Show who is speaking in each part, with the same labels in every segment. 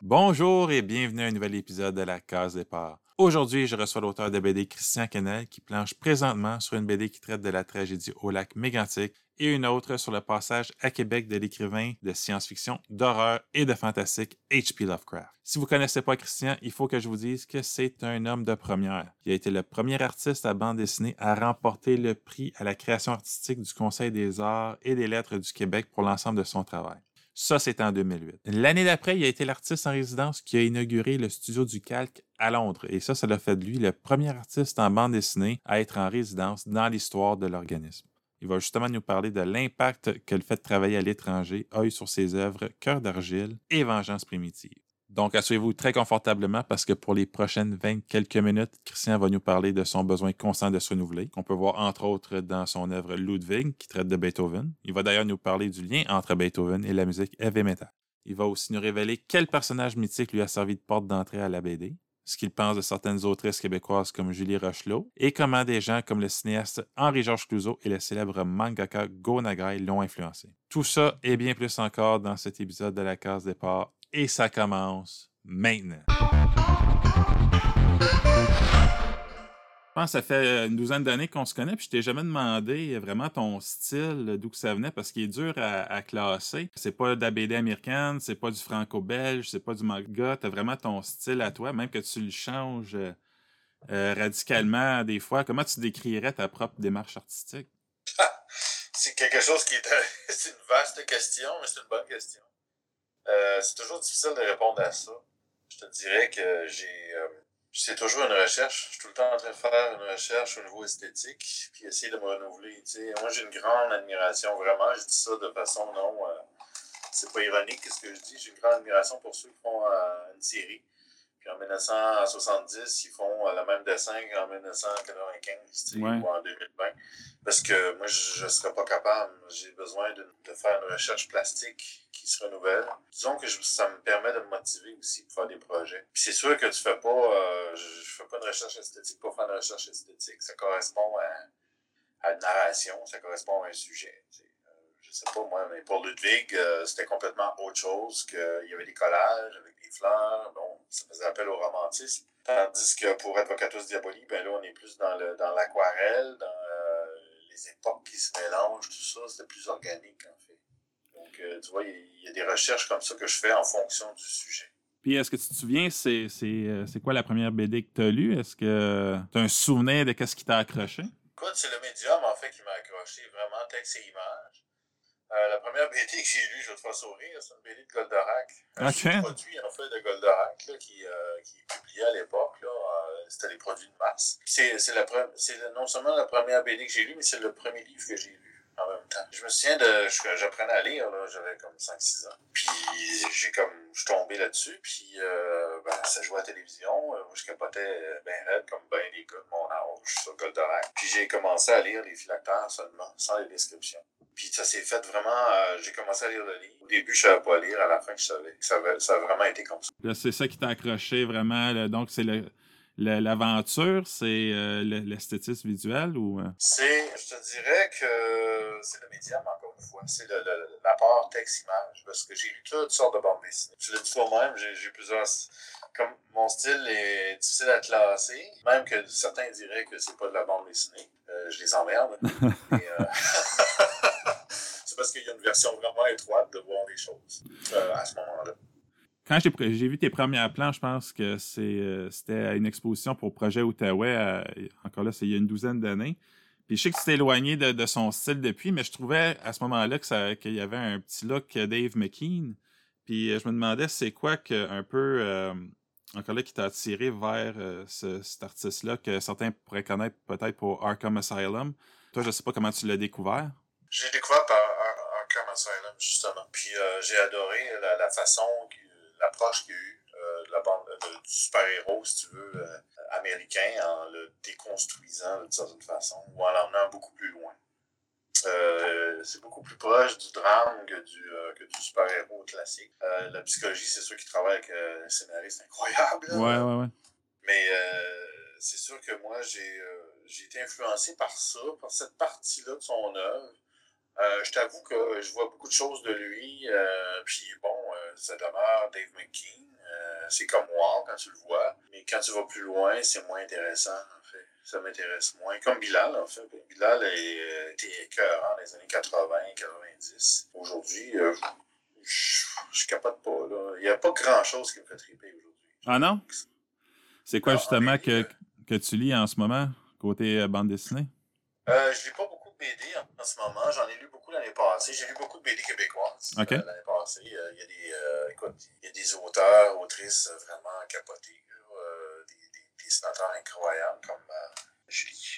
Speaker 1: Bonjour et bienvenue à un nouvel épisode de la Case Départ. Aujourd'hui, je reçois l'auteur de BD Christian Kennel qui planche présentement sur une BD qui traite de la tragédie au lac Mégantic et une autre sur le passage à Québec de l'écrivain de science-fiction, d'horreur et de fantastique H.P. Lovecraft. Si vous ne connaissez pas Christian, il faut que je vous dise que c'est un homme de première. Il a été le premier artiste à bande dessinée à remporter le prix à la création artistique du Conseil des arts et des lettres du Québec pour l'ensemble de son travail. Ça, c'était en 2008. L'année d'après, il a été l'artiste en résidence qui a inauguré le studio du Calque à Londres. Et ça l'a fait de lui le premier artiste en bande dessinée à être en résidence dans l'histoire de l'organisme. Il va justement nous parler de l'impact que le fait de travailler à l'étranger a eu sur ses œuvres Cœur d'argile et Vengeance primitive. Donc, asseyez-vous très confortablement parce que pour les prochaines 20 quelques minutes, Christian va nous parler de son besoin constant de se renouveler, qu'on peut voir entre autres dans son œuvre Ludwig, qui traite de Beethoven. Il va d'ailleurs nous parler du lien entre Beethoven et la musique heavy metal. Il va aussi nous révéler quel personnage mythique lui a servi de porte d'entrée à la BD, ce qu'il pense de certaines autrices québécoises comme Julie Rochelot, et comment des gens comme le cinéaste Henri-Georges Clouzot et le célèbre mangaka Go Nagai l'ont influencé. Tout ça et bien plus encore dans cet épisode de la Case Départ. Et ça commence maintenant. Je pense que ça fait une douzaine d'années qu'on se connaît, puis je t'ai jamais demandé vraiment ton style, d'où que ça venait, parce qu'il est dur à classer. C'est pas de la BD américaine, c'est pas du franco-belge, c'est pas du manga. T'as vraiment ton style à toi, même que tu le changes radicalement des fois. Comment tu décrirais ta propre démarche artistique?
Speaker 2: C'est quelque chose qui est... c'est une vaste question, mais c'est une bonne question. C'est toujours difficile de répondre à ça. Je te dirais que c'est toujours une recherche. Je suis tout le temps en train de faire une recherche au niveau esthétique, puis essayer de me renouveler. T'sais. Moi, j'ai une grande admiration, vraiment. Je dis ça de façon non... c'est pas ironique ce que je dis. J'ai une grande admiration pour ceux qui font une série. Puis en 1970, ils font le même dessin qu'en 1995
Speaker 1: Ouais.
Speaker 2: ou en 2020. Parce que moi, je ne serais pas capable. J'ai besoin de faire une recherche plastique qui se renouvelle. Disons que ça me permet de me motiver aussi pour faire des projets. Puis c'est sûr que tu fais pas... je fais pas une recherche esthétique pour faire une recherche esthétique. Ça correspond à une narration, ça correspond à un sujet. Je sais pas moi, mais pour Ludwig, c'était complètement autre chose. Il y avait des collages avec des fleurs. Bon, ça faisait appel au romantisme. Tandis que pour Advocatus Diaboli, ben là, on est plus dans l'aquarelle, dans les époques qui se mélangent, tout ça. C'était plus organique, en fait. Donc, tu vois, il y a des recherches comme ça que je fais en fonction du sujet.
Speaker 1: Puis est-ce que tu te souviens, c'est quoi la première BD que tu as lue? Est-ce que tu as un souvenir de qu'est-ce qui t'a accroché?
Speaker 2: Écoute, c'est le médium, en fait, qui m'a accroché, vraiment, texte et images. La première BD que j'ai lue, je vais te faire sourire, c'est une BD de Goldorak. Un sous-produit, en fait, de Goldorak, là, qui est publié à l'époque. C'était les produits de masse. C'est non seulement la première BD que j'ai lue, mais c'est le premier livre que j'ai lu en même temps. Je me souviens j'apprenais à lire, là, j'avais comme 5-6 ans. Puis je suis tombé là-dessus, puis ça jouait à la télévision. Moi, je capotais ben raide, comme ben les gars de mon âge, sur Goldorak. Puis j'ai commencé à lire les phylactères seulement, sans les descriptions. Puis ça s'est fait vraiment... j'ai commencé à lire le livre. Au début, je ne savais pas lire. À la fin, je savais. Ça a vraiment été comme ça.
Speaker 1: Là, c'est ça qui t'a accroché vraiment. Là, donc, c'est l'aventure, c'est l'esthétisme visuel ou...
Speaker 2: Je te dirais que c'est le médium, encore une fois. C'est l'apport texte-image. Parce que j'ai lu toutes sortes de bandes dessinées. Tu l'as dit toi-même, j'ai plusieurs... Comme mon style est difficile à classer, même que certains diraient que c'est pas de la bande dessinée. Je les emmerde. Mais, c'est parce qu'il y a une version vraiment étroite de voir les choses à ce moment-là.
Speaker 1: Quand j'ai vu tes premières planches, je pense que c'était à une exposition pour Projet Outaouais. Encore là, c'est il y a une douzaine d'années. Puis je sais que tu t'es éloigné de son style depuis, mais je trouvais à ce moment-là qu'il y avait un petit look Dave McKean. Puis je me demandais c'est quoi un peu encore là qui t'a attiré vers cet artiste-là que certains pourraient connaître peut-être pour Arkham Asylum. Toi, je sais pas comment tu l'as découvert.
Speaker 2: J'ai découvert par Arkham Asylum, justement. Puis j'ai adoré la façon, l'approche qu'il y a eu de la bande du super-héros, si tu veux, américain, en le déconstruisant d'une certaine façon, ou en l'emmenant beaucoup plus loin. C'est beaucoup plus proche du drame que du super-héros classique. La psychologie, c'est sûr qu'il travaille avec un scénariste incroyable.
Speaker 1: Ouais.
Speaker 2: Mais c'est sûr que moi, j'ai été influencé par ça, par cette partie-là de son œuvre. Je t'avoue que je vois beaucoup de choses de lui. Puis bon, ça demeure Dave McKean. C'est comme wow quand tu le vois, mais quand tu vas plus loin, c'est moins intéressant, en fait. Ça m'intéresse moins. Comme Bilal, en fait. Bilal était écœurant dans les années 80, 90. Aujourd'hui, je capote pas, là. Il n'y a pas grand-chose qui me fait triper aujourd'hui.
Speaker 1: Ah non? C'est quoi justement que tu lis en ce moment, côté bande dessinée?
Speaker 2: Je lis pas beaucoup de BD en ce moment. J'en ai lu beaucoup l'année passée. J'ai lu beaucoup de BD québécoises l'année passée. Il y a il y a des auteurs, autrices vraiment capotés. Des dessinateurs incroyables comme Julie.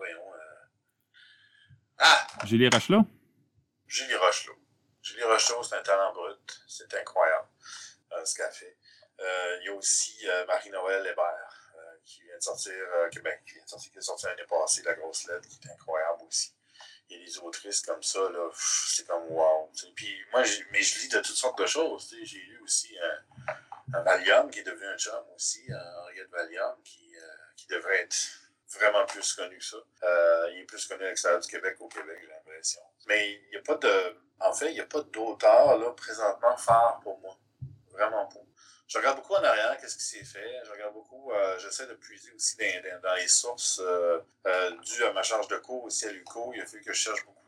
Speaker 1: Julie Rochelot?
Speaker 2: Julie Rochelot. Julie Rochelot, c'est un talent brut. C'est incroyable ce qu'elle fait. Il y a aussi Marie-Noël Hébert. Qui vient de sortir Québec, qui est sorti l'année passée, La Grosse Lettre, qui est incroyable aussi. Il y a des autrices comme ça, là, c'est comme wow. Puis moi, je lis de toutes sortes de choses. J'ai lu aussi un Valium qui est devenu un chum aussi, Henriette Valium, qui devrait être vraiment plus connu que ça. Il est plus connu à l'extérieur du Québec qu'au Québec, j'ai l'impression. Mais il n'y a pas de. En fait, il n'y a pas d'auteur là, présentement phare pour moi. Vraiment pas. Je regarde beaucoup en arrière, qu'est-ce qui s'est fait. Je regarde beaucoup, j'essaie de puiser aussi dans les sources dues à ma charge de cours aussi à l'UQO. Il a fallu que je cherche beaucoup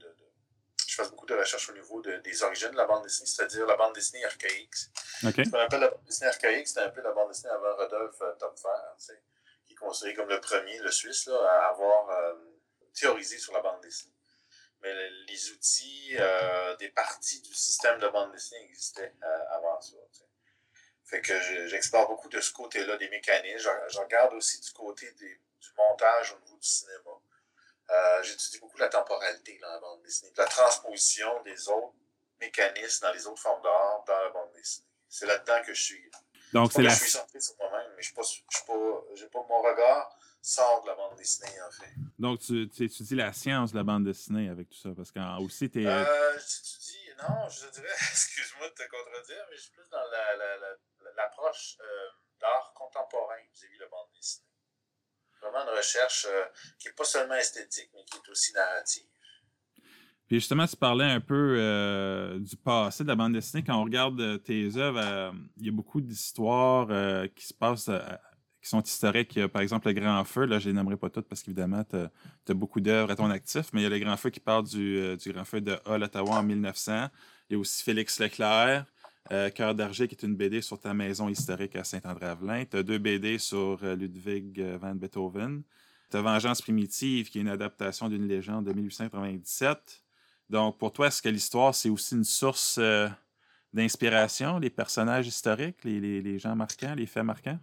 Speaker 2: je fasse beaucoup de recherches au niveau des origines de la bande dessinée, c'est-à-dire la bande dessinée archaïque.
Speaker 1: Okay.
Speaker 2: Ce qu'on appelle la bande dessinée archaïque, c'était un peu la bande dessinée avant Rodolphe Topfer, qui est considéré comme le premier, le Suisse, là, à avoir théorisé sur la bande dessinée. Mais les outils, des parties du système de bande dessinée existaient avant ça. Fait que j'explore beaucoup de ce côté-là des mécanismes. Je regarde aussi du côté du montage au niveau du cinéma. J'étudie beaucoup la temporalité dans la bande dessinée, la transposition des autres mécanismes dans les autres formes d'art dans la bande dessinée. C'est là-dedans que je suis.
Speaker 1: Donc,
Speaker 2: je suis centré sur moi-même, mais j'ai pas mon regard sort de la bande dessinée, en fait.
Speaker 1: Donc, tu étudies la science de la bande dessinée avec tout ça, parce qu'aussi, t'es...
Speaker 2: J'étudie, non, je dirais, excuse-moi de te contredire, mais je suis plus dans l'approche d'art contemporain vis-à-vis de la bande dessinée. Vraiment une recherche qui n'est pas seulement esthétique, mais qui est aussi narrative.
Speaker 1: Puis justement, tu parlais un peu du passé de la bande dessinée. Quand on regarde tes œuvres, il y a beaucoup d'histoires qui se passent, qui sont historiques. Il y a, par exemple, Le Grand Feu. Là, je ne les nommerai pas toutes parce qu'évidemment, tu as beaucoup d'œuvres à ton actif, mais il y a Le Grand Feu qui parle du Grand Feu de Hull, Ottawa en 1900. Il y a aussi Félix Leclerc, Cœur d'Argile, qui est une BD sur ta maison historique à Saint-André-Avelin. Tu as 2 BD sur Ludwig van Beethoven. Tu as Vengeance primitive, qui est une adaptation d'une légende de 1897. Donc, pour toi, est-ce que l'histoire, c'est aussi une source d'inspiration, les personnages historiques, les gens marquants, les faits marquants?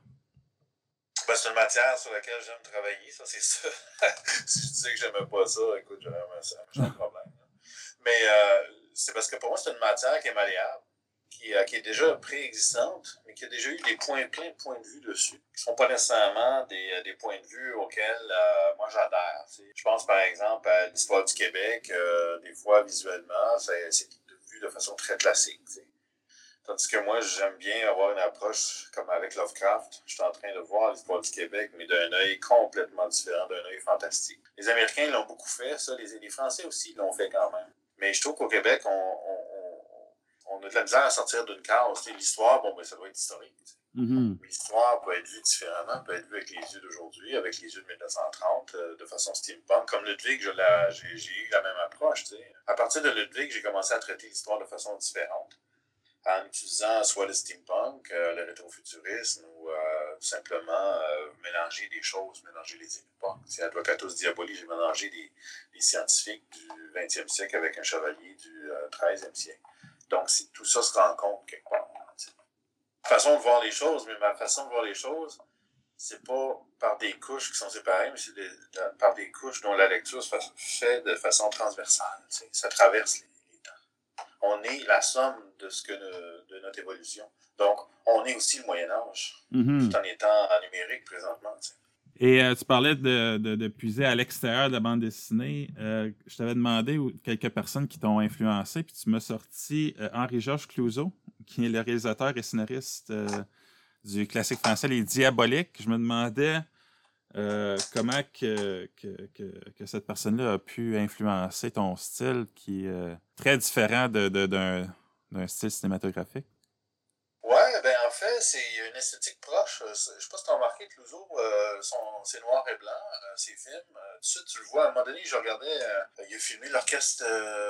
Speaker 2: Ben, c'est une matière sur laquelle j'aime travailler, ça, c'est ça. Si je disais que j'aimais pas ça, écoute, j'aurais un problème. Mais c'est parce que pour moi, c'est une matière qui est malléable, qui est déjà préexistante, mais qui a déjà eu plein de points de vue dessus, qui ne sont pas nécessairement des points de vue auxquels moi j'adhère. Je pense par exemple à l'histoire du Québec, des fois visuellement, c'est vu de façon très classique. T'sais. Tandis que moi, j'aime bien avoir une approche comme avec Lovecraft. Je suis en train de voir l'histoire du Québec, mais d'un œil complètement différent, d'un œil fantastique. Les Américains l'ont beaucoup fait, ça. Les Français aussi l'ont fait quand même. Mais je trouve qu'au Québec, on a de la misère à sortir d'une case. L'histoire, bon, ben, ça doit être historique.
Speaker 1: Mm-hmm.
Speaker 2: L'histoire peut être vue différemment, peut être vue avec les yeux d'aujourd'hui, avec les yeux de 1930, de façon steampunk. Comme Ludwig, j'ai eu la même approche. T'sais. À partir de Ludwig, j'ai commencé à traiter l'histoire de façon différente, en utilisant soit le steampunk, le rétrofuturisme, ou tout simplement mélanger des choses, mélanger les époques. Advocatus Diaboli, j'ai mélangé des scientifiques du 20e siècle avec un chevalier du 13e siècle. Donc, tout ça se rencontre quelque part. Façon de voir les choses, mais ma façon de voir les choses, c'est pas par des couches qui sont séparées, mais c'est par des couches dont la lecture se fait de façon transversale. Ça traverse les temps. On est la somme de notre évolution. Donc, on est aussi le Moyen-Âge, tout en étant en numérique présentement. T'sais.
Speaker 1: Et tu parlais de puiser à l'extérieur de la bande dessinée. Je t'avais demandé quelques personnes qui t'ont influencé, puis tu m'as sorti Henri-Georges Clouzot, qui est le réalisateur et scénariste du classique français Les Diaboliques. Je me demandais comment que cette personne-là a pu influencer ton style qui est très différent d'un style cinématographique.
Speaker 2: Ouais, ben en fait, il y a une esthétique proche. Je ne sais pas si tu as remarqué, Clouseau, c'est noir et blanc, ses films. Tout de suite, tu le vois. À un moment donné, je regardais, il a filmé l'orchestre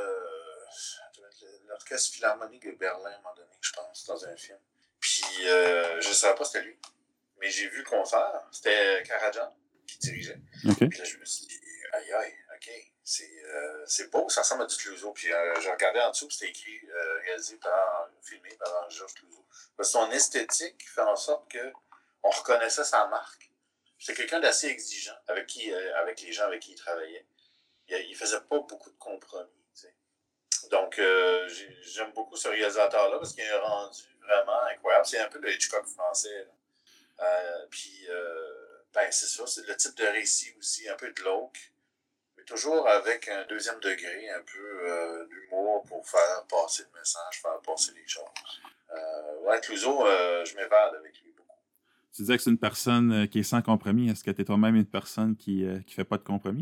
Speaker 2: philharmonique de Berlin, à un moment donné, je pense, dans un film. Puis, je ne savais pas c'était lui. Mais j'ai vu le concert. C'était Karajan qui dirigeait.
Speaker 1: Okay.
Speaker 2: Puis là, je me suis dit, aïe, aïe, OK. C'est beau, ça ressemble à du Clouseau. Puis je regardais en dessous, puis c'était écrit, filmé par Georges Clouseau. Parce que son esthétique fait en sorte qu'on reconnaissait sa marque. C'était quelqu'un d'assez exigeant avec les gens avec qui il travaillait. Il faisait pas beaucoup de compromis. T'sais. Donc, j'aime beaucoup ce réalisateur-là parce qu'il a un rendu vraiment incroyable. C'est un peu le Hitchcock français. Puis, c'est ça, c'est le type de récit aussi, un peu glauque, mais toujours avec un deuxième degré, un peu d'humour pour faire passer le message, faire passer les choses. Clouseau, je m'évade avec lui beaucoup.
Speaker 1: Tu disais que c'est une personne qui est sans compromis. Est-ce que tu es toi-même une personne qui fait pas de compromis?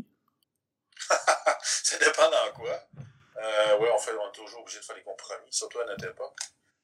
Speaker 2: Ça dépend dans quoi. Oui, on est toujours obligé de faire des compromis, surtout à notre époque.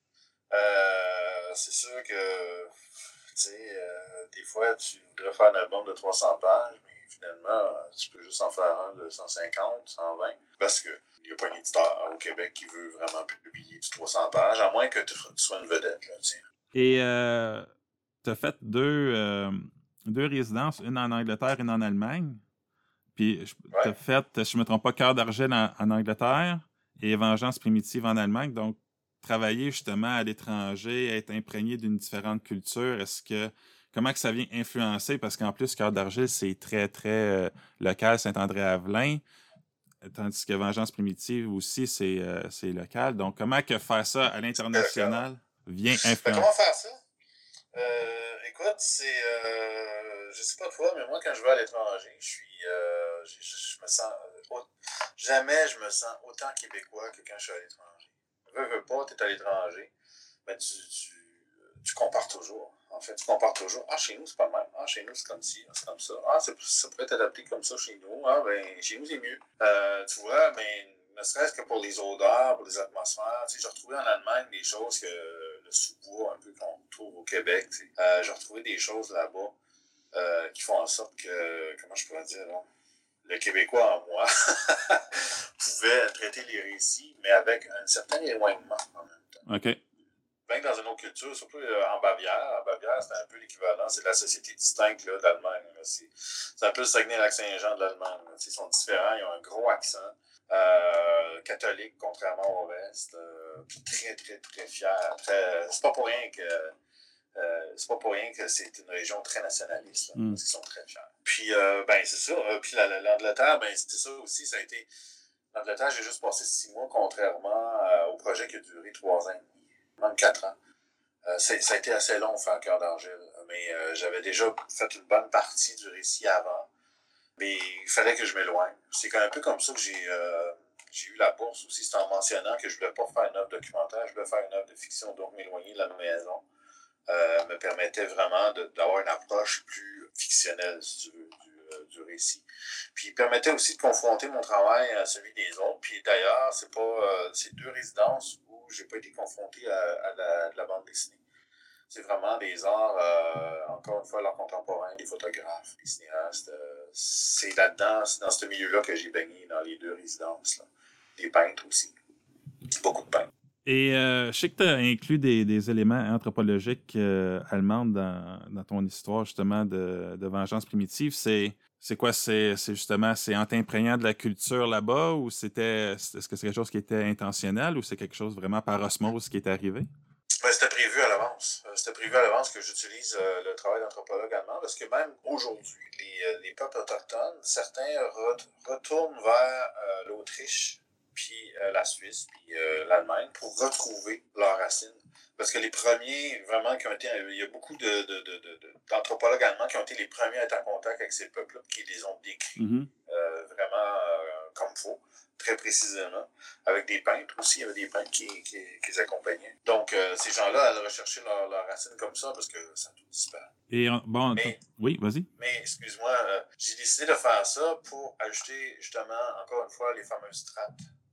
Speaker 2: C'est sûr que, tu sais, des fois, tu voudrais faire un album de 300 pages, mais finalement, tu peux juste en faire un de 150, 120, parce qu'il n'y a pas un éditeur au Québec qui veut vraiment publier du 300 pages, à moins que tu sois une vedette. Là, tiens.
Speaker 1: Et tu as fait deux résidences, une en Angleterre, une en Allemagne. Puis tu as fait, si je ne me trompe pas, Cœur d'argile en Angleterre et Vengeance primitive en Allemagne. Donc, travailler justement à l'étranger, être imprégné d'une différente culture, comment que ça vient influencer? Parce qu'en plus, Cœur d'argile, c'est très, très local, Saint-André-Avelin, tandis que Vengeance primitive aussi, c'est local. Donc, comment que faire ça à l'international vient influencer?
Speaker 2: Comment faire ça? Écoute, je sais pas toi, mais moi, quand je vais à l'étranger, je me sens... jamais je me sens autant québécois que quand je suis à l'étranger. Veux pas, t'es à l'étranger, mais tu compares toujours. En fait, tu compares toujours. Ah, chez nous, c'est pas mal. Ah, chez nous, c'est comme ci, c'est comme ça. Ah, ça pourrait être adapté comme ça chez nous. Ah, ben, chez nous, c'est mieux. Tu vois, mais ne serait-ce que pour les odeurs, pour les atmosphères. Tu sais, j'ai retrouvé en Allemagne des choses que le sous-bois, un peu qu'on trouve au Québec. Tu sais. J'ai retrouvé des choses là-bas qui font en sorte que, comment je pourrais dire, là, le Québécois en moi pouvait traiter les récits, mais avec un certain éloignement en même temps.
Speaker 1: OK.
Speaker 2: Même dans une autre culture, surtout en Bavière. En Bavière, c'est un peu l'équivalent. C'est la société distincte là, d'Allemagne. Là. C'est un peu le Saguenay-Lac-Saint-Jean de l'Allemagne. Ils sont différents, ils ont un gros accent. Catholique, contrairement au reste. Très, très, très fier. C'est pas pour rien que c'est une région très nationaliste. Là, parce qu'ils sont très fiers. Puis, c'est ça. Puis l'Angleterre, c'était ça aussi. Ça a été... L'Angleterre, j'ai juste passé 6 mois, contrairement au projet qui a duré 3 ans et demi. Même 4 ans. Ça a été assez long faire Cœur d'argile, mais j'avais déjà fait une bonne partie du récit avant. Mais il fallait que je m'éloigne. C'est un peu comme ça que j'ai eu la bourse aussi. C'est en mentionnant que je ne voulais pas faire une œuvre documentaire, je voulais faire une œuvre de fiction, donc m'éloigner de la maison me permettait vraiment d'avoir une approche plus fictionnelle, si tu veux, du récit. Puis il permettait aussi de confronter mon travail à celui des autres. Puis d'ailleurs, c'est 2 résidences où j'ai pas été confronté à la bande dessinée. C'est vraiment des arts, encore une fois, l'art contemporain, des photographes, des cinéastes. C'est là-dedans, c'est dans ce milieu-là que j'ai baigné dans les 2 résidences. Là. Des peintres aussi. Beaucoup de peintres.
Speaker 1: Et je sais que tu as inclus des éléments anthropologiques allemands dans ton histoire, justement, de Vengeance primitive. C'est quoi? C'est justement, c'est en t'imprégnant de la culture là-bas ou est-ce que c'est quelque chose qui était intentionnel ou c'est quelque chose vraiment par osmose qui est arrivé?
Speaker 2: C'était prévu à l'avance. C'était prévu à l'avance que j'utilise le travail d'anthropologue allemand parce que même aujourd'hui, les peuples autochtones, certains retournent vers l'Autriche, puis la Suisse, puis l'Allemagne pour retrouver leurs racines. Parce que les premiers, vraiment, qui ont été... Il y a beaucoup d'anthropologues allemands qui ont été les premiers à être en contact avec ces peuples-là, qui les ont décrits vraiment comme il faut, très précisément. Avec des peintres aussi, il y avait des peintres qui les accompagnaient. Donc, ces gens-là allaient rechercher leurs racines comme ça, parce que ça a tout disparu.
Speaker 1: Et oui, vas-y.
Speaker 2: Mais, excuse-moi, j'ai décidé de faire ça pour ajouter, justement, encore une fois, les fameuses strates.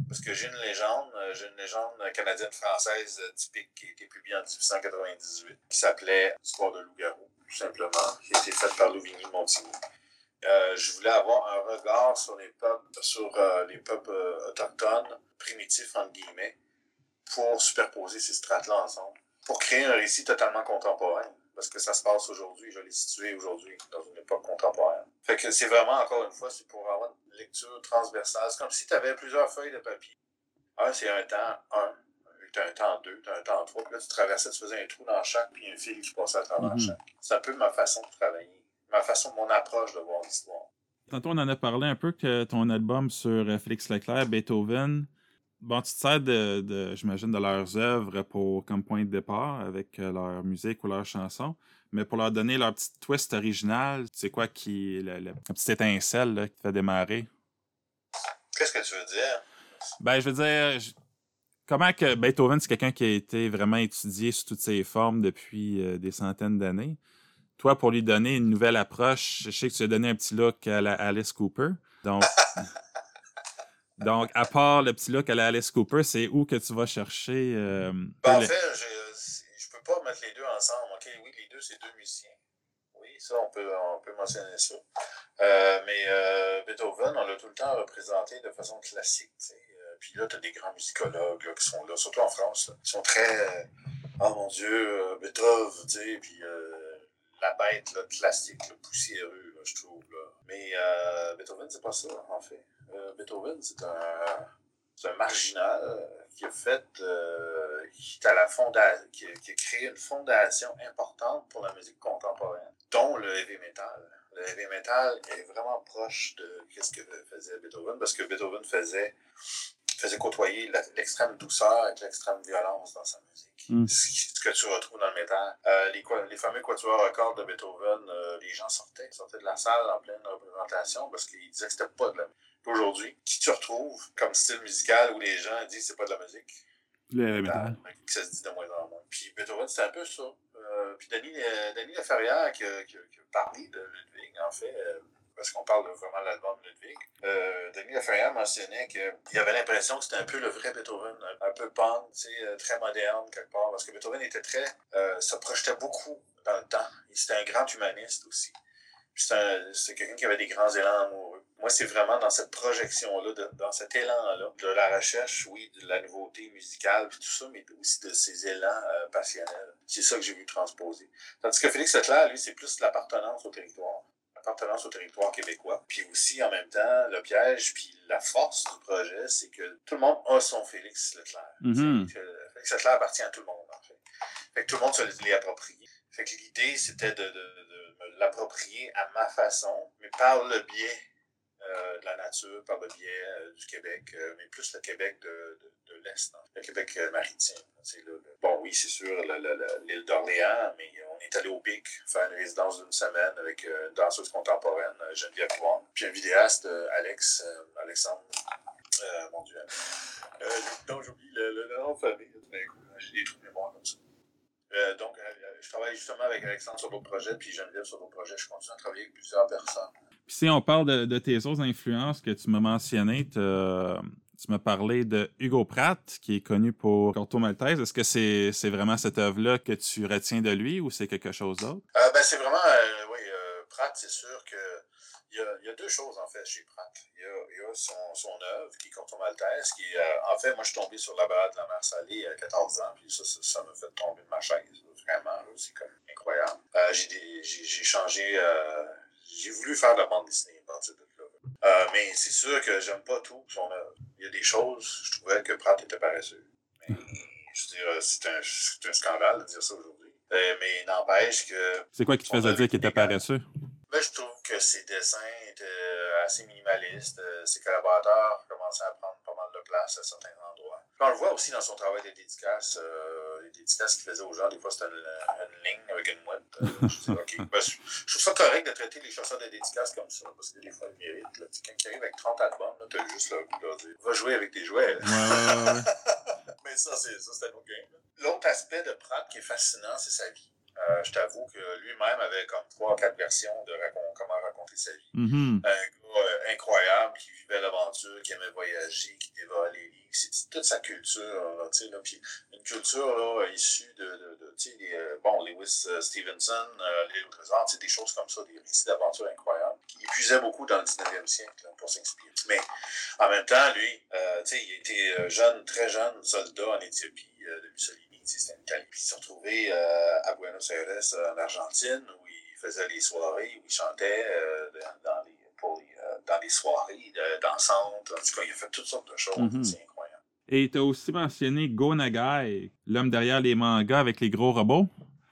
Speaker 2: Parce que j'ai une légende canadienne-française typique qui a été publiée en 1898, qui s'appelait Histoire de loup-garou, tout simplement, qui a été faite par Louvigny-Montigny. Je voulais avoir un regard sur les peuples autochtones, primitifs, entre guillemets, pour superposer ces strates-là ensemble, pour créer un récit totalement contemporain. Parce que ça se passe aujourd'hui, je l'ai situé aujourd'hui, dans une époque contemporaine. Fait que c'est vraiment, encore une fois, c'est pour avoir une lecture transversale. C'est comme si tu avais plusieurs feuilles de papier. C'est un temps 1, tu as un temps 2, tu as un temps 3, puis là, tu traversais, tu faisais un trou dans chaque, puis un fil qui passait à travers chaque. C'est un peu ma façon de travailler, mon approche de voir l'histoire.
Speaker 1: Tantôt, on en a parlé un peu que ton album sur Félix Leclerc, Beethoven, bon, tu te sers j'imagine, de leurs œuvres comme point de départ avec leur musique ou leurs chansons, mais pour leur donner leur petit twist original, c'est quoi la petite étincelle là, qui te fait démarrer?
Speaker 2: Qu'est-ce que tu veux dire?
Speaker 1: Ben, je veux dire, comment que Beethoven, c'est quelqu'un qui a été vraiment étudié sous toutes ses formes depuis des centaines d'années. Toi, pour lui donner une nouvelle approche, je sais que tu as donné un petit look à la Alice Cooper. Donc, à part le petit look à la Alice Cooper, c'est où que tu vas chercher...
Speaker 2: en fait, je peux pas mettre les deux ensemble. Okay? Oui, les deux, c'est deux musiciens. Oui, ça, on peut mentionner ça. Mais Beethoven, on l'a tout le temps représenté de façon classique. Puis là, tu as des grands musicologues là, qui sont là, surtout en France. Là. Ils sont très... oh mon Dieu, Beethoven, tu sais, puis la bête là, classique, là, poussiéreux, là, je trouve. Là. Mais Beethoven, c'est pas ça, en fait. Beethoven, c'est un marginal qui a fait, qui a créé une fondation importante pour la musique contemporaine, dont le heavy metal. Le heavy metal est vraiment proche de ce que faisait Beethoven, parce que Beethoven faisait côtoyer l'extrême douceur avec l'extrême violence dans sa musique. Ce que tu retrouves dans le métal. Les fameux quatuors à cordes de Beethoven, les gens sortaient de la salle en pleine représentation parce qu'ils disaient que c'était pas de la musique. Aujourd'hui, qui tu retrouves comme style musical où les gens disent que c'est pas de la musique?
Speaker 1: Le métal.
Speaker 2: Ça se dit de moins en moins. Puis Beethoven, c'était un peu ça. Puis Denis Laferrière qui a parlé de Ludwig, en fait, parce qu'on parle vraiment de l'album de Ludwig, Denis Laferrière mentionnait qu'il avait l'impression que c'était un peu le vrai Beethoven, un peu punk, très moderne quelque part, parce que Beethoven était se projetait beaucoup dans le temps. C'était un grand humaniste aussi. C'est quelqu'un qui avait des grands élans amoureux. Moi, c'est vraiment dans cette projection-là, dans cet élan-là, de la recherche, oui, de la nouveauté musicale, puis tout ça, mais aussi de ces élans passionnels. C'est ça que j'ai vu transposer. Tandis que Félix Leclerc, lui, c'est plus l'appartenance au territoire. L'appartenance au territoire québécois. Puis aussi, en même temps, le piège, puis la force du projet, c'est que tout le monde a son Félix Leclerc. Félix Leclerc appartient à tout le monde, en fait. Fait que tout le monde se l'est approprié. Fait que l'idée, c'était de me l'approprier à ma façon, mais par le biais de la nature, par le biais du Québec, mais plus le Québec de l'Est, le Québec maritime. Bon, oui, c'est sûr, l'île d'Orléans, mais on est allé au Pic faire une résidence d'une semaine avec une danseuse contemporaine, Geneviève Pouin, puis un vidéaste, Alexandre, mon Dieu, donc j'oublie le nom de famille, j'ai des trous de mémoire comme ça. Donc, je travaille justement avec Alexandre sur d'autres projets, puis Geneviève sur d'autres projets. Je continue à travailler avec plusieurs personnes.
Speaker 1: Puis si on parle de tes autres influences que tu m'as mentionnées, tu m'as parlé de Hugo Pratt, qui est connu pour Corto Maltese. Est-ce que c'est vraiment cette œuvre-là que tu retiens de lui ou c'est quelque chose d'autre?
Speaker 2: C'est vraiment, oui, Pratt, c'est sûr que il y a deux choses, en fait, chez Pratt. Il y a son œuvre, qui est Corto Maltese, qui en fait, moi, je suis tombé sur la balade de la mer Salée à 14 ans, puis ça m'a fait tomber de ma chaise, vraiment, là, c'est comme incroyable. J'ai changé, j'ai voulu faire de la bande dessinée à partir de là. Mais c'est sûr que j'aime pas tout son œuvre. Il y a des choses, je trouvais que Pratt était paresseux. Mais, je veux dire, c'est un scandale de dire ça aujourd'hui. Mais n'empêche que...
Speaker 1: C'est quoi qui te faisait dire qu'il était paresseux?
Speaker 2: Je trouve que ses dessins étaient assez minimalistes. Ses collaborateurs commençaient à prendre pas mal de place à certains endroits. Puis on le voit aussi dans son travail de dédicace. Les dédicaces qu'il faisait aux gens, des fois c'était une ligne avec une mouette. Je trouve ça correct de traiter les chasseurs de dédicaces comme ça, parce que des fois ils méritent. Quelqu'un qui arrive avec 30 albums, tu as juste le goût de leur dire va jouer avec tes jouets.
Speaker 1: Ouais.
Speaker 2: Mais ça, c'était nos games. L'autre aspect de Pratt qui est fascinant, c'est sa vie. Je t'avoue que lui-même avait comme 3 ou 4 versions de comment raconter raconter sa vie.
Speaker 1: Mm-hmm.
Speaker 2: Un gars incroyable qui vivait l'aventure, qui aimait voyager, qui dévorait les livres. C'est toute sa culture, là, tu sais, là, puis une culture là, issue de tu sais, Lewis Stevenson, l'île au trésor, tu sais, des choses comme ça, des récits d'aventure incroyables. Il puisait beaucoup dans le 19e siècle là, pour s'inspirer. Mais en même temps, lui, tu sais, il était très jeune soldat en Éthiopie de Mussolini. C'était une Italie. Puis il s'est retrouvé à Buenos Aires, en Argentine, où il faisait les soirées, où il chantait dans les soirées dansantes. En tout cas, il a fait toutes sortes de choses. Mm-hmm. C'est incroyable.
Speaker 1: Et tu as aussi mentionné Go Nagai, l'homme derrière les mangas avec les gros robots.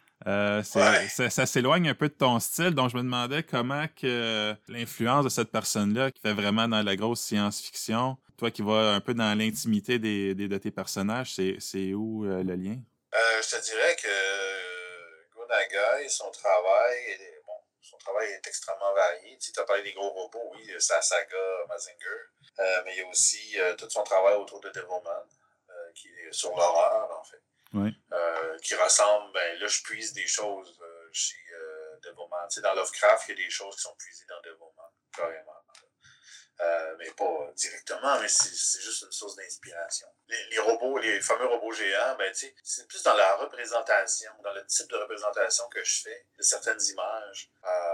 Speaker 1: Ça s'éloigne un peu de ton style, donc je me demandais comment que l'influence de cette personne-là, qui fait vraiment dans la grosse science-fiction, toi qui vas un peu dans l'intimité de tes personnages, c'est où le lien?
Speaker 2: Je te dirais que Go Nagai, son travail est extrêmement varié. Tu as parlé des gros robots, oui, sa saga Mazinger, mais il y a aussi tout son travail autour de Devilman, qui est sur l'horreur, en fait.
Speaker 1: Oui.
Speaker 2: Qui ressemble, là je puise des choses chez Devilman. Tu sais, dans Lovecraft, il y a des choses qui sont puisées dans Devilman, carrément. Mais pas directement, mais c'est juste une source d'inspiration. Les robots, les fameux robots géants, c'est plus dans la représentation, dans le type de représentation que je fais de certaines images.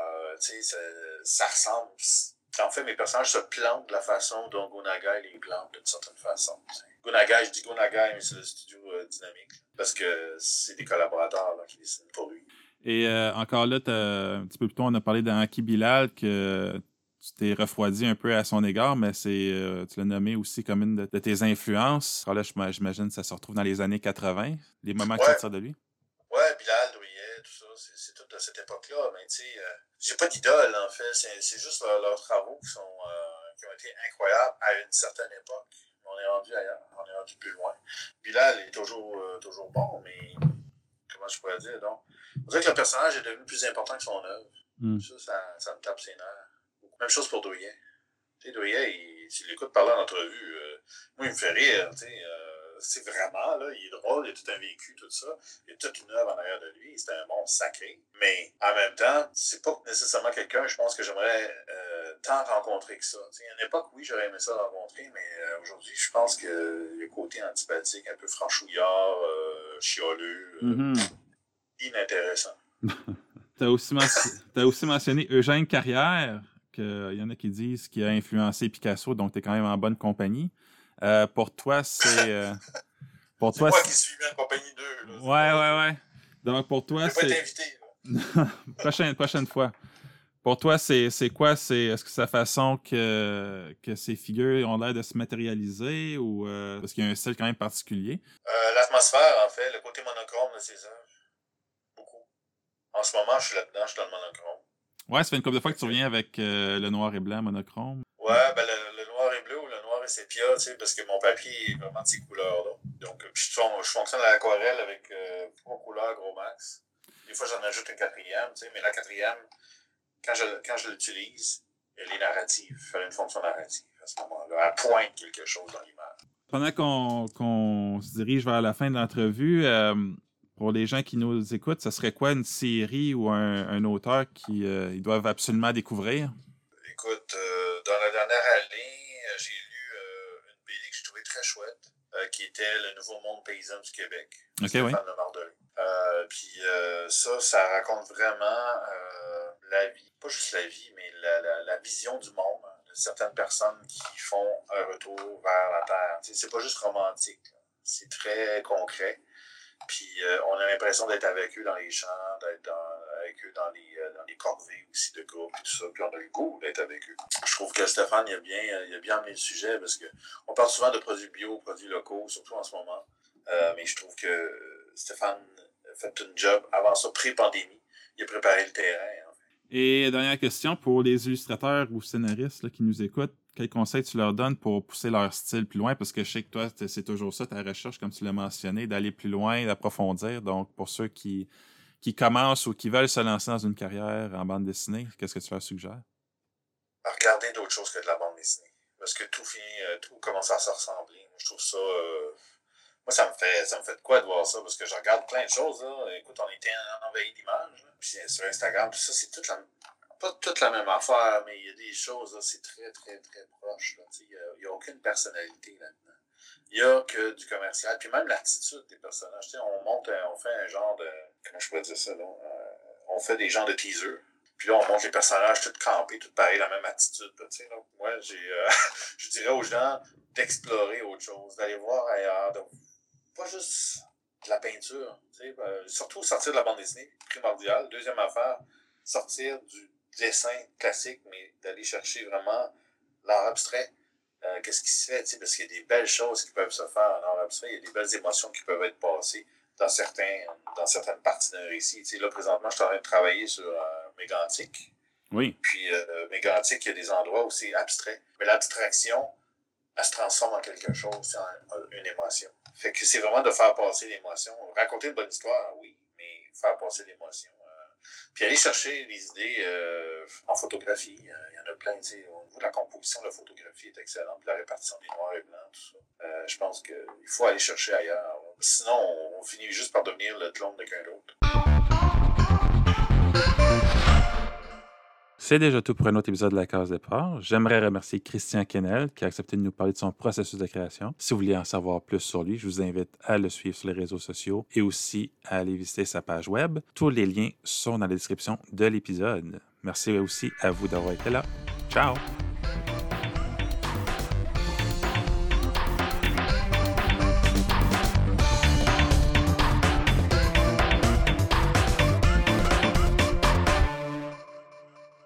Speaker 2: Ça ressemble. En fait, mes personnages se plantent de la façon dont Go Nagai les plante d'une certaine façon. Go Nagai, je dis Go Nagai, mais c'est le studio Dynamique, parce que c'est des collaborateurs là, qui dessinent pour lui.
Speaker 1: Et encore là, un petit peu plus tôt, on a parlé d'Anki Bilal, que tu t'es refroidi un peu à son égard, mais tu l'as nommé aussi comme une de tes influences. Alors là, j'imagine que ça se retrouve dans les années 80, les moments qui sortent de lui.
Speaker 2: Ouais, Bilal, Douillet, tout ça, c'est tout de cette époque-là. Mais tu sais, j'ai pas d'idole, en fait. C'est juste leurs travaux qui ont été incroyables à une certaine époque. On est rendu ailleurs, on est rendu plus loin. Bilal est toujours bon, mais comment je pourrais dire, donc? On dirait que le personnage est devenu plus important que son œuvre. Ça me tape ses nerfs. Même chose pour Douillet. Tu sais, Douillet, tu l'écoutes parler en entrevue, moi, il me fait rire, tu sais. C'est vraiment, là, il est drôle, il a tout un vécu, tout ça. Il y a toute une œuvre en arrière de lui, c'est un monstre sacré. Mais en même temps, c'est pas nécessairement quelqu'un, je pense que j'aimerais tant rencontrer que ça. T'sais, il y a une époque, oui, j'aurais aimé ça rencontrer, mais aujourd'hui, je pense que le côté antipathique, un peu franchouillard, chialeux, inintéressant.
Speaker 1: T'as aussi mentionné Eugène Carrière, qu'il y en a qui disent qu'il a influencé Picasso, donc t'es quand même en bonne compagnie. Pour toi, c'est...
Speaker 2: pour toi, moi qui suis en compagnie d'eux. Là,
Speaker 1: ouais. Donc, pour toi,
Speaker 2: c'est... Je vais pas
Speaker 1: t'inviter. prochaine fois. Pour toi, c'est quoi? Est-ce que c'est la façon que ces figures ont l'air de se matérialiser ou parce qu'il y a un style quand même particulier?
Speaker 2: L'atmosphère, en fait, le côté monochrome de ces œuvres. Beaucoup. En ce moment, je suis là-dedans, je suis dans le monochrome.
Speaker 1: Ouais, ça fait une couple de fois que tu reviens avec le noir et blanc monochrome.
Speaker 2: Ouais, le noir et bleu ou le noir et sépia, tu sais, parce que mon papier est vraiment de ces couleurs-là. Donc, je fonctionne à l'aquarelle avec 3 couleurs gros max. Des fois, j'en ajoute une quatrième, tu sais, mais la quatrième, quand je l'utilise, elle est narrative, faire une fonction narrative à ce moment-là. Elle pointe quelque chose dans l'image.
Speaker 1: Pendant qu'on se dirige vers la fin de l'entrevue, pour les gens qui nous écoutent, ce serait quoi une série ou un auteur qu'ils doivent absolument découvrir?
Speaker 2: Écoute, dans la dernière année, j'ai lu une BD que j'ai trouvée très chouette, qui était Le Nouveau Monde paysan du Québec.
Speaker 1: Stéphane
Speaker 2: Lemardelin. Puis ça raconte vraiment la vie, pas juste la vie, mais la vision du monde de certaines personnes qui font un retour vers la Terre. T'sais, c'est pas juste romantique, là. C'est très concret. Puis on a l'impression d'être avec eux dans les champs, d'être avec eux dans les corvées aussi de groupe et tout ça. Puis on a le goût d'être avec eux. Je trouve que Stéphane, il a bien amené le sujet parce qu'on parle souvent de produits bio, produits locaux, surtout en ce moment. Mais je trouve que Stéphane a fait un job avant ça, pré-pandémie. Il a préparé le terrain. En fait.
Speaker 1: Et dernière question, pour les illustrateurs ou scénaristes là, qui nous écoutent, quels conseils tu leur donnes pour pousser leur style plus loin? Parce que je sais que toi, c'est toujours ça, ta recherche, comme tu l'as mentionné, d'aller plus loin, d'approfondir. Donc, pour ceux qui commencent ou qui veulent se lancer dans une carrière en bande dessinée, qu'est-ce que tu leur suggères?
Speaker 2: Regarder d'autres choses que de la bande dessinée. Parce que tout commence à se ressembler. Je trouve ça... Moi, ça me fait de quoi de voir ça? Parce que je regarde plein de choses. Là. Écoute, on était envahi d'images. Puis sur Instagram, puis ça, c'est toute la... pas toute la même affaire, mais il y a des choses, là, c'est très, très, très proche. Il n'y a aucune personnalité là-dedans. Il n'y a que du commercial. Puis même l'attitude des personnages. On fait un genre de... Comment je pourrais dire ça, là? On fait des genres de teasers. Puis là, on montre les personnages tout campés, tout pareil, la même attitude. Là, moi, je dirais aux gens d'explorer autre chose, d'aller voir ailleurs, pas juste de la peinture. Surtout sortir de la bande dessinée, primordial. Deuxième affaire, sortir du dessin classique, mais d'aller chercher vraiment l'art abstrait. Qu'est-ce qui se fait? Parce qu'il y a des belles choses qui peuvent se faire en art abstrait, il y a des belles émotions qui peuvent être passées dans certaines parties d'un récit. Là, présentement, je suis en train de travailler sur Mégantic.
Speaker 1: Oui.
Speaker 2: Puis, Mégantic, il y a des endroits où c'est abstrait. Mais l'abstraction, elle se transforme en quelque chose, en une émotion. Fait que c'est vraiment de faire passer l'émotion. Raconter une bonne histoire, oui, mais faire passer l'émotion. Puis aller chercher les idées en photographie. Il y en a plein. Au niveau de la composition de la photographie est excellente. La répartition des noirs et blancs, tout ça. Je pense qu'il faut aller chercher ailleurs. Sinon, on finit juste par devenir le clone de quelqu'un d'autre.
Speaker 1: C'est déjà tout pour un autre épisode de La Case Départ. J'aimerais remercier Christian Quesnel qui a accepté de nous parler de son processus de création. Si vous voulez en savoir plus sur lui, je vous invite à le suivre sur les réseaux sociaux et aussi à aller visiter sa page web. Tous les liens sont dans la description de l'épisode. Merci aussi à vous d'avoir été là. Ciao!